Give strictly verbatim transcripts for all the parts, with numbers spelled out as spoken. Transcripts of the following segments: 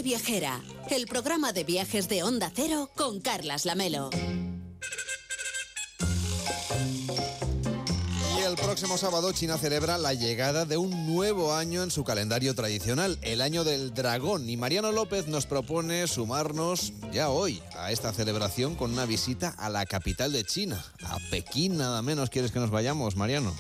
Viajera, el programa de viajes de Onda Cero con Carlas Lamelo. Y el próximo sábado China celebra la llegada de un nuevo año en su calendario tradicional, el Año del Dragón. Y Mariano López nos propone sumarnos ya hoy a esta celebración con una visita a la capital de China, a Pekín nada menos. ¿Quieres que nos vayamos, Mariano?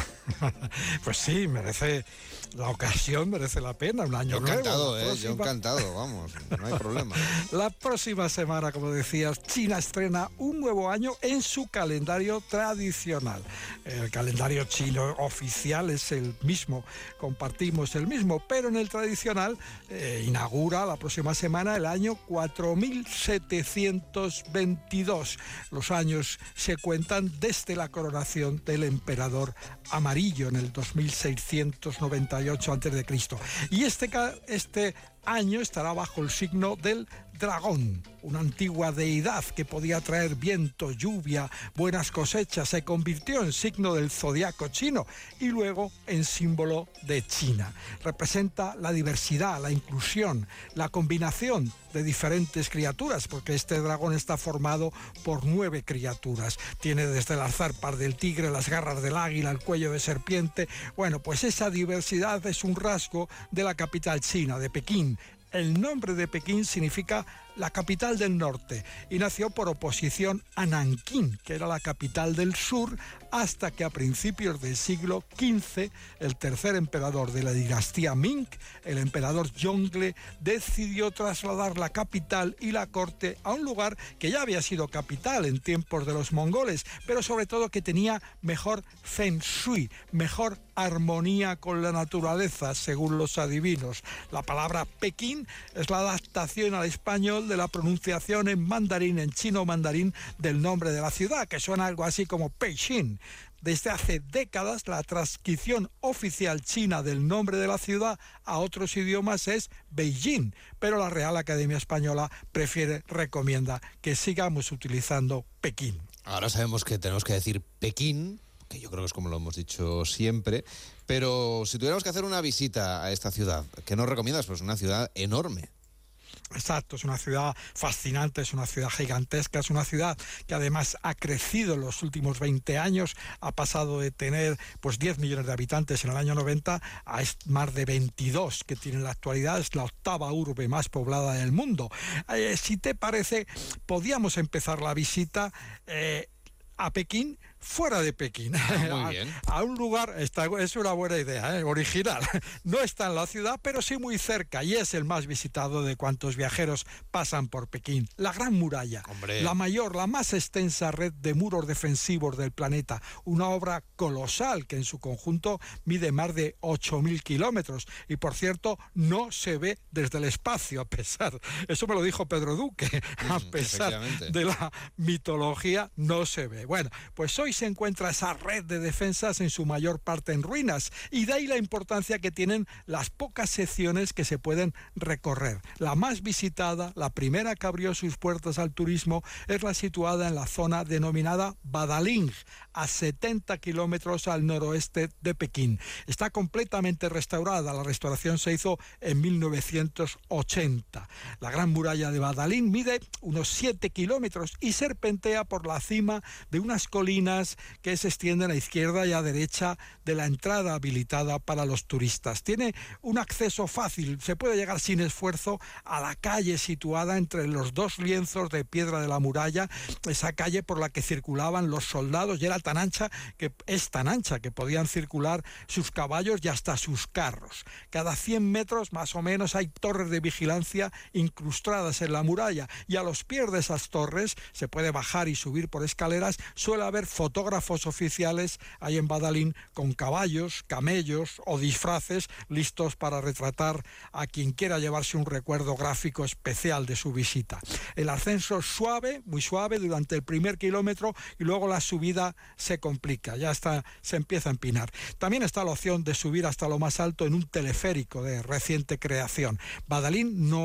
Pues sí, merece la ocasión, merece la pena, un año yo nuevo. Encantado, eh, próxima... Yo encantado, vamos, no hay problema. La próxima semana, como decías, China estrena un nuevo año en su calendario tradicional. El calendario chino oficial es el mismo, compartimos el mismo, pero en el tradicional eh, inaugura la próxima semana el año cuatro mil setecientos veintidós. Los años se cuentan desde la coronación del emperador amarillo en el dos mil seiscientos noventa y ocho antes de Cristo. Y este, este año estará bajo el signo del dragón, una antigua deidad que podía traer viento, lluvia, buenas cosechas. Se convirtió en signo del zodiaco chino y luego en símbolo de China. Representa la diversidad, la inclusión, la combinación de diferentes criaturas, porque este dragón está formado por nueve criaturas. Tiene desde el zarpas del tigre, las garras del águila, el cuello de serpiente. Bueno, pues esa diversidad es un rasgo de la capital china, de Pekín. El nombre de Pekín significa la capital del norte y nació por oposición a Nankín, que era la capital del sur, hasta que a principios del siglo quince el tercer emperador de la dinastía Ming, el emperador Yongle, decidió trasladar la capital y la corte a un lugar que ya había sido capital en tiempos de los mongoles, pero sobre todo que tenía mejor feng shui, mejor armonía con la naturaleza, según los adivinos. La palabra Pekín es la adaptación al español de la pronunciación en mandarín, en chino mandarín, del nombre de la ciudad, que suena algo así como Beijing. Desde hace décadas, la transcripción oficial china del nombre de la ciudad a otros idiomas es Beijing, pero la Real Academia Española prefiere, recomienda que sigamos utilizando Pekín. Ahora sabemos que tenemos que decir Pekín, que yo creo que es como lo hemos dicho siempre, pero si tuviéramos que hacer una visita a esta ciudad, ¿qué nos recomiendas? Pues una ciudad enorme. Exacto, es una ciudad fascinante, es una ciudad gigantesca, es una ciudad que además ha crecido en los últimos veinte años, ha pasado de tener pues diez millones de habitantes en el año noventa a más de veintidós que tiene en la actualidad. Es la octava urbe más poblada del mundo. Eh, si te parece, podíamos empezar la visita eh, a Pekín fuera de Pekín. Ah, muy bien. A, a un lugar, está, es una buena idea, ¿eh? Original. No está en la ciudad, pero sí muy cerca, y es el más visitado de cuantos viajeros pasan por Pekín. La Gran Muralla, Hombre. La mayor, la más extensa red de muros defensivos del planeta. Una obra colosal que en su conjunto mide más de ocho mil kilómetros. Y por cierto, no se ve desde el espacio, a pesar, eso me lo dijo Pedro Duque, a pesar de la mitología, no se ve. Bueno, pues hoy se encuentra esa red de defensas en su mayor parte en ruinas, y de ahí la importancia que tienen las pocas secciones que se pueden recorrer. La más visitada, la primera que abrió sus puertas al turismo, es la situada en la zona denominada Badaling, a setenta kilómetros al noroeste de Pekín. Está completamente restaurada, la restauración se hizo en mil novecientos ochenta. La Gran Muralla de Badaling mide unos siete kilómetros y serpentea por la cima de unas colinas que se extienden a izquierda y a derecha de la entrada habilitada para los turistas. Tiene un acceso fácil, se puede llegar sin esfuerzo a la calle situada entre los dos lienzos de piedra de la muralla, esa calle por la que circulaban los soldados, y era tan ancha que es tan ancha que podían circular sus caballos y hasta sus carros. Cada cien metros más o menos hay torres de vigilancia incrustadas en la muralla, y a los pies de esas torres se puede bajar y subir por escaleras. Suele haber fotógrafos oficiales ahí en Badaling con caballos, camellos o disfraces listos para retratar a quien quiera llevarse un recuerdo gráfico especial de su visita. El ascenso es suave, muy suave durante el primer kilómetro, y luego la subida se complica, ya está, se empieza a empinar. También está la opción de subir hasta lo más alto en un teleférico de reciente creación. Badaling no es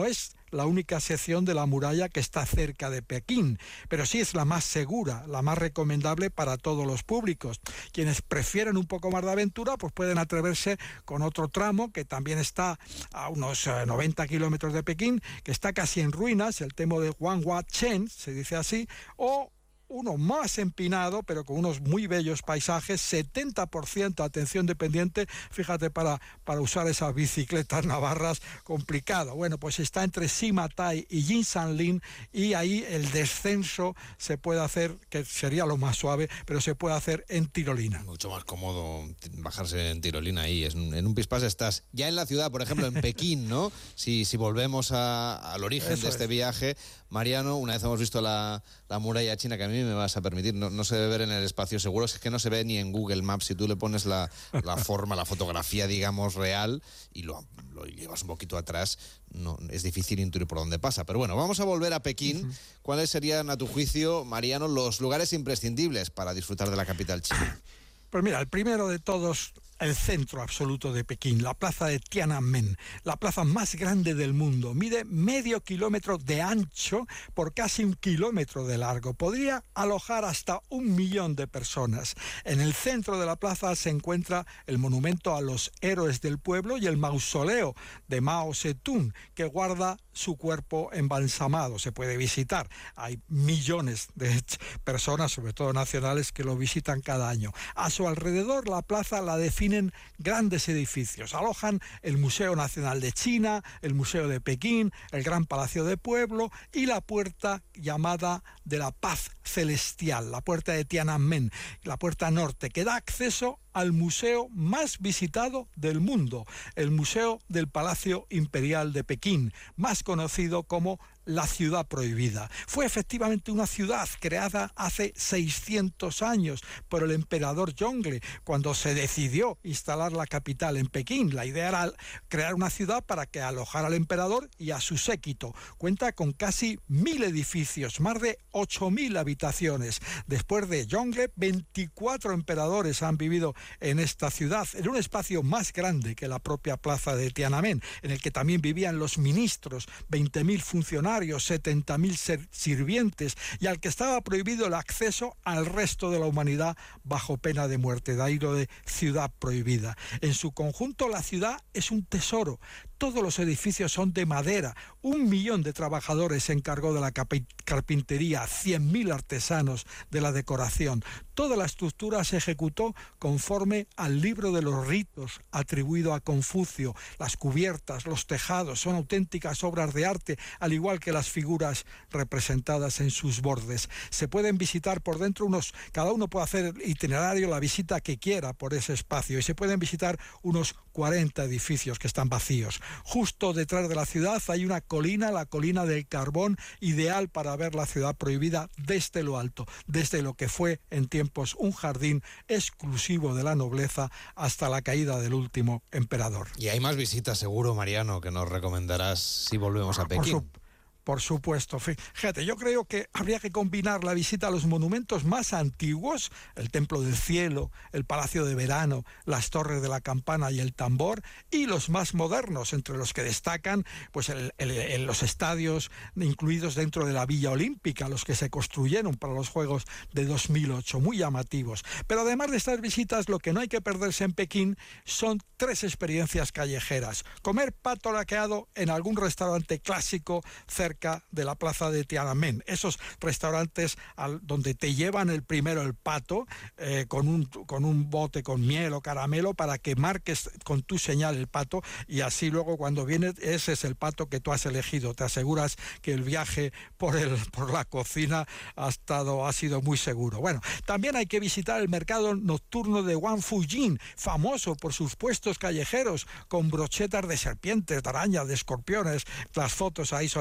la única sección de la muralla que está cerca de Pekín, pero sí es la más segura, la más recomendable para todos los públicos. Quienes prefieren un poco más de aventura, pues pueden atreverse con otro tramo que también está a unos eh, noventa kilómetros de Pekín, que está casi en ruinas, el temo de Wanhua-Chen, se dice así, o uno más empinado, pero con unos muy bellos paisajes, setenta por ciento atención dependiente, fíjate, para, para usar esas bicicletas navarras, complicado. Bueno, pues está entre Sima Tai y Jinsanlin, y ahí el descenso se puede hacer, que sería lo más suave, pero se puede hacer en tirolina. Mucho más cómodo bajarse en tirolina ahí, es, en un pispás estás ya en la ciudad, por ejemplo, en Pekín, ¿no? Si, si volvemos a, al origen Eso de este es. viaje, Mariano, una vez hemos visto la, la muralla china, que a mí me vas a permitir, no, no se debe ver en el espacio seguro, es que no se ve ni en Google Maps. Si tú le pones la, la forma, la fotografía, digamos, real, y lo, lo llevas un poquito atrás, no, es difícil intuir por dónde pasa. Pero bueno, vamos a volver a Pekín. Uh-huh. ¿Cuáles serían, a tu juicio, Mariano, los lugares imprescindibles para disfrutar de la capital china? Pues mira, el primero de todos, el centro absoluto de Pekín, la plaza de Tiananmen, la plaza más grande del mundo. Mide medio kilómetro de ancho por casi un kilómetro de largo. Podría alojar hasta un millón de personas. En el centro de la plaza se encuentra el monumento a los héroes del pueblo y el mausoleo de Mao Zedong, que guarda su cuerpo embalsamado. Se puede visitar. Hay millones de personas, sobre todo nacionales, que lo visitan cada año. A su alrededor, la plaza la define grandes edificios. Alojan el Museo Nacional de China, el Museo de Pekín, el Gran Palacio de Pueblo y la puerta llamada de la Paz Celestial, la puerta de Tiananmen, la puerta norte, que da acceso al museo más visitado del mundo, el Museo del Palacio Imperial de Pekín, más conocido como la Ciudad Prohibida. Fue efectivamente una ciudad creada hace seiscientos años por el emperador Yongle, cuando se decidió instalar la capital en Pekín. La idea era crear una ciudad para que alojara al emperador y a su séquito. Cuenta con casi mil edificios, más de ocho mil habitaciones. Después de Yongle, veinticuatro emperadores han vivido en esta ciudad, en un espacio más grande que la propia plaza de Tiananmen, en el que también vivían los ministros, veinte mil funcionarios, setenta mil sirvientes, y al que estaba prohibido el acceso al resto de la humanidad bajo pena de muerte. De ahí lo de Ciudad Prohibida. En su conjunto, la ciudad es un tesoro. Todos los edificios son de madera. Un millón de trabajadores se encargó de la carpintería, cien mil artesanos de la decoración. Toda la estructura se ejecutó conforme al libro de los ritos atribuido a Confucio. Las cubiertas, los tejados son auténticas obras de arte, al igual que las figuras representadas en sus bordes. Se pueden visitar por dentro unos, cada uno puede hacer el itinerario, la visita que quiera por ese espacio, y se pueden visitar unos cuarenta edificios que están vacíos. Justo detrás de la ciudad hay una colina, la colina del Carbón, ideal para ver la Ciudad Prohibida desde lo alto, desde lo que fue en tiempos un jardín exclusivo de la nobleza hasta la caída del último emperador. Y hay más visitas seguro, Mariano, que nos recomendarás si volvemos a Pekín. Por su... Por supuesto. Fíjate, yo creo que habría que combinar la visita a los monumentos más antiguos, el Templo del Cielo, el Palacio de Verano, las Torres de la Campana y el Tambor, y los más modernos, entre los que destacan pues el, el, el, los estadios incluidos dentro de la Villa Olímpica, los que se construyeron para los Juegos de dos mil ocho, muy llamativos. Pero además de estas visitas, lo que no hay que perderse en Pekín son tres experiencias callejeras. Comer pato laqueado en algún restaurante clásico cerca de la plaza de Tiananmen. Esos restaurantes al, donde te llevan el primero el pato eh, con, un, con un bote con miel o caramelo para que marques con tu señal el pato, y así luego cuando viene ese es el pato que tú has elegido. Te aseguras que el viaje por, el, por la cocina ha, estado, ha sido muy seguro. Bueno, también hay que visitar el mercado nocturno de Wangfujing, famoso por sus puestos callejeros con brochetas de serpientes, de arañas, de escorpiones. Las fotos ahí son impresionantes.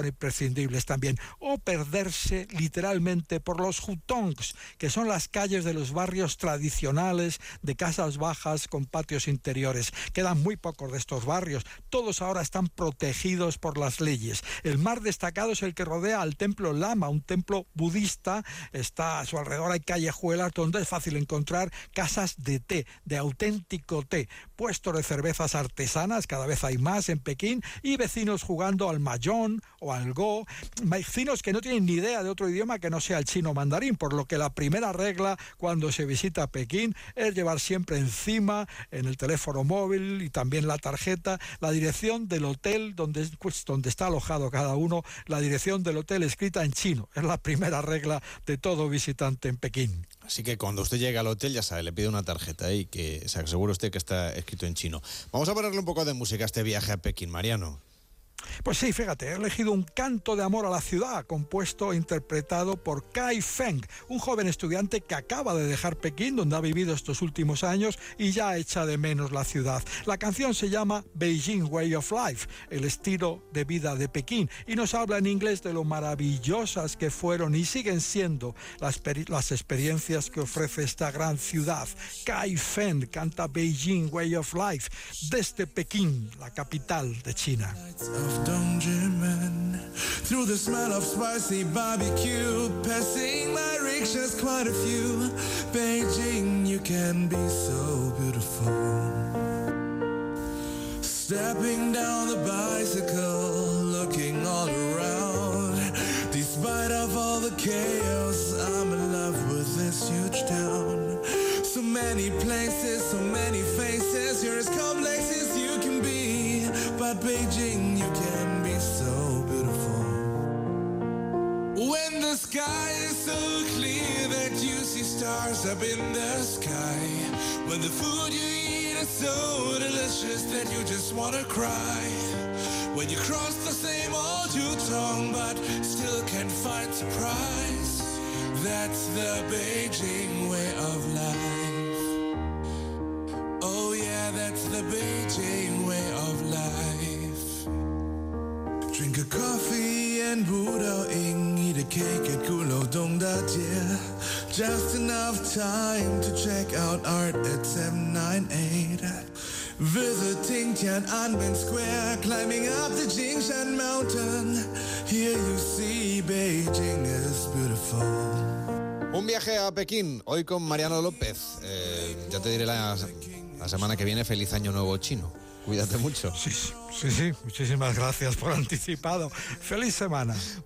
imprescindibles también, o perderse literalmente por los hutongs, que son las calles de los barrios tradicionales de casas bajas con patios interiores. Quedan muy pocos de estos barrios, todos ahora están protegidos por las leyes. El más destacado es el que rodea al templo Lama, un templo budista. Está a su alrededor, hay callejuelas donde es fácil encontrar casas de té, de auténtico té, puestos de cervezas artesanas, cada vez hay más en Pekín, y vecinos jugando al mahjong o al go, vecinos que no tienen ni idea de otro idioma que no sea el chino mandarín, por lo que la primera regla cuando se visita Pekín es llevar siempre encima, en el teléfono móvil y también la tarjeta, la dirección del hotel donde, pues, donde está alojado cada uno, la dirección del hotel escrita en chino. Es la primera regla de todo visitante en Pekín. Así que cuando usted llega al hotel, ya sabe, le pide una tarjeta y que se asegure usted que está escrito en chino. Vamos a ponerle un poco de música a este viaje a Pekín, Mariano. Pues sí, fíjate, he elegido un canto de amor a la ciudad, compuesto e interpretado por Kai Feng, un joven estudiante que acaba de dejar Pekín, donde ha vivido estos últimos años, y ya echa de menos la ciudad. La canción se llama Beijing Way of Life, el estilo de vida de Pekín, y nos habla en inglés de lo maravillosas que fueron y siguen siendo las, las experiencias que ofrece esta gran ciudad. Kai Feng canta Beijing Way of Life desde Pekín, la capital de China. Of Dongjimen, through the smell of spicy barbecue, passing my rickshaws quite a few. Beijing, you can be so beautiful. Stepping down the bicycle, looking all around. Despite of all the chaos, I'm in love with this huge town. So many places, so many faces, you're as complex as you can be. But Beijing, you can be so beautiful. When the sky is so clear that you see stars up in the sky. When the food you eat is so delicious that you just wanna cry. When you cross the same old Yutong but still can't find surprise. That's the Beijing way of life. Oh yeah, that's the Beijing way of life. Drink a coffee and Buddha Ing, eat a cake at Gulodong Da Jie. Just enough time to check out art at seven nine eight. Visiting Tiananmen Square, climbing up the Jingshan Mountain. Here you see Beijing is beautiful. Un viaje a Pekín, hoy con Mariano López. Eh, ya te diré la, la semana que viene, feliz año nuevo chino. Cuídate mucho. Sí, sí, sí, muchísimas gracias por anticipado. Feliz semana.